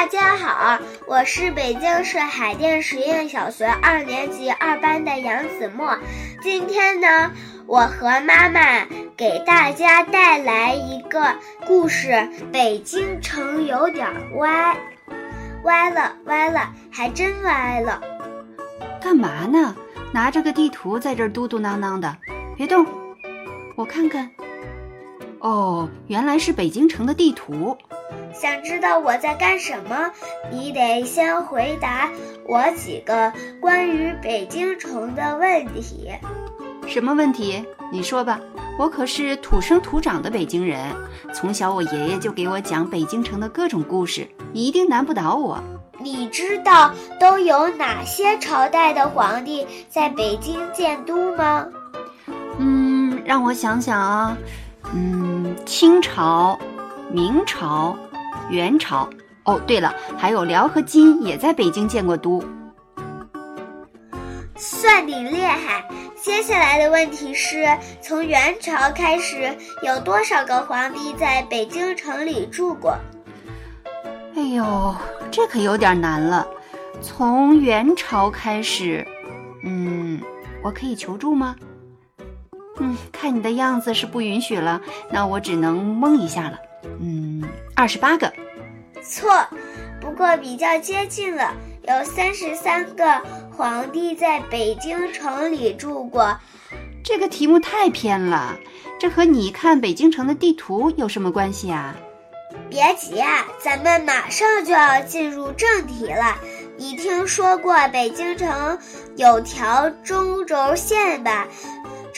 大家好，我是北京市海淀实验小学2年级2班的杨子墨。今天呢，我和妈妈给大家带来一个故事，北京城有点歪，歪了，还真歪了。 干嘛呢？拿着个地图在这儿嘟嘟囔囔的，别动，我看看。哦，原来是北京城的地图。 想知道我在干什么？你得先回答我几个关于北京城的问题。 什么问题？你说吧，我可是土生土长的北京人，从小我爷爷就给我讲北京城的各种故事，你一定难不倒我。 你知道都有哪些朝代的皇帝在北京建都吗？ 让我想想啊，清朝、明朝、元朝。哦，对了，还有辽和金也在北京建过都。 算你厉害。接下来的问题是，从元朝开始，有多少个皇帝在北京城里住过？ 哎呦，这可有点难了。从元朝开始，我可以求助吗？看你的样子是不允许了，那我只能蒙一下了。28个。 错，不过比较接近了，有33个皇帝在北京城里住过。 这个题目太偏了，这和你看北京城的地图有什么关系啊？ 别急啊，咱们马上就要进入正题了。你听说过北京城有条中轴线吧？这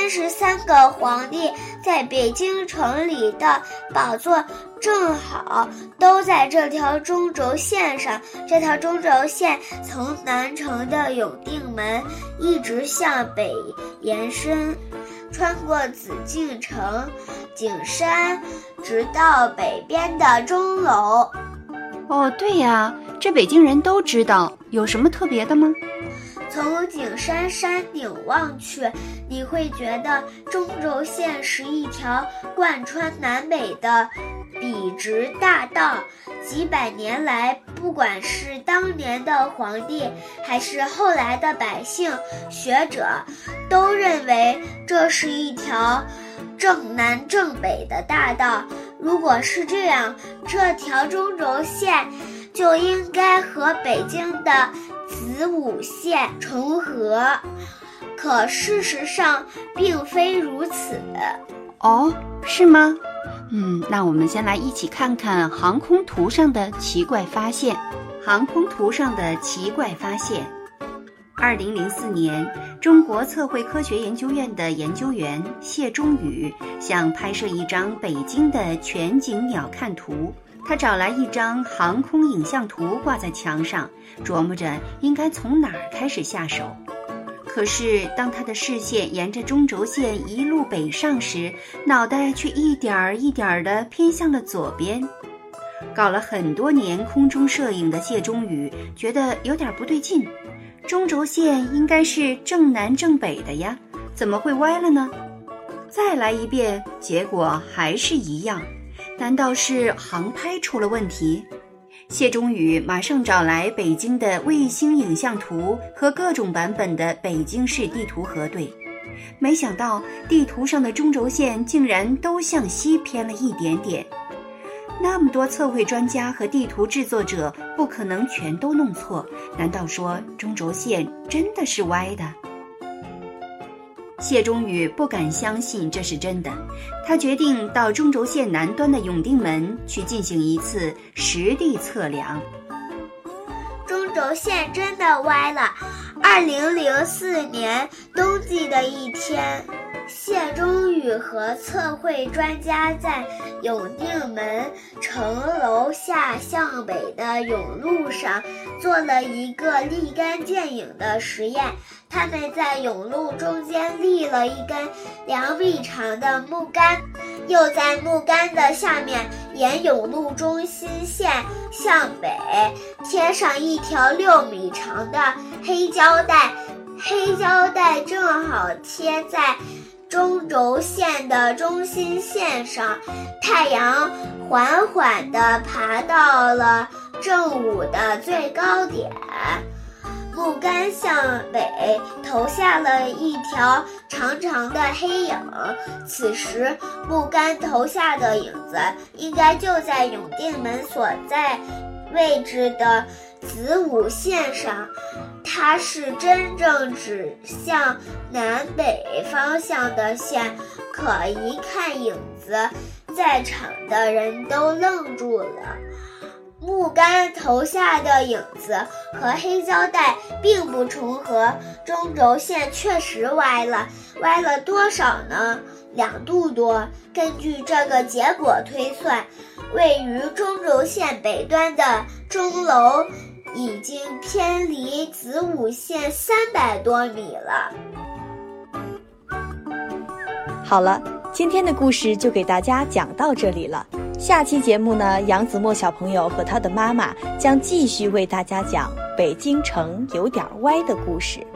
33个皇帝在北京城里的宝座正好都在这条中轴线上。这条中轴线从南城的永定门一直向北延伸，穿过紫禁城、景山，直到北边的钟楼。 哦，对呀，这北京人都知道，有什么特别的吗？ 从景山山顶望去，你会觉得中轴线是一条贯穿南北的笔直大道。几百年来，不管是当年的皇帝，还是后来的百姓、学者，都认为这是一条正南正北的大道。如果是这样，这条中轴线就应该和北京的子午线重合，可事实上并非如此。 哦，是吗？那我们先来一起看看航空图上的奇怪发现。航空图上的奇怪发现。2004年，中国测绘科学研究院的研究员谢忠宇想拍摄一张北京的全景鸟瞰图。他找来一张航空影像图挂在墙上，琢磨着应该从哪儿开始下手。可是当他的视线沿着中轴线一路北上时，脑袋却一点儿一点儿地偏向了左边。搞了很多年空中摄影的谢忠宇觉得有点不对劲，中轴线应该是正南正北的呀，怎么会歪了呢？再来一遍，结果还是一样。难道是航拍出了问题？谢忠宇马上找来北京的卫星影像图和各种版本的北京市地图核对，没想到地图上的中轴线竟然都向西偏了一点点。那么多测绘专家和地图制作者不可能全都弄错，难道说中轴线真的是歪的？谢忠宇不敢相信这是真的，他决定到中轴线南端的永定门去进行一次实地测量。 中轴线真的歪了。2004年冬季的一天，谢忠宇和测绘专家在永定门城楼下向北的甬路上做了一个立竿见影的实验。他们在甬路中间立了一根2米长的木杆，又在木杆的下面沿甬路中心线向北贴上一条6米长的黑胶带，黑胶带正好贴在中轴线的中心线上。太阳缓缓地爬到了正午的最高点。木杆向北投下了一条长长的黑影，此时木杆投下的影子应该就在永定门所在位置的子午线上，它是真正指向南北方向的线，可一看影子，在场的人都愣住了。木杆投下的影子和黑胶带并不重合，中轴线确实歪了多少呢？2度多。根据这个结果推算，位于中轴线北端的钟楼已经偏离子午线300多米了。 好了，今天的故事就给大家讲到这里了。下期节目呢，杨子墨小朋友和他的妈妈将继续为大家讲北京城有点歪的故事。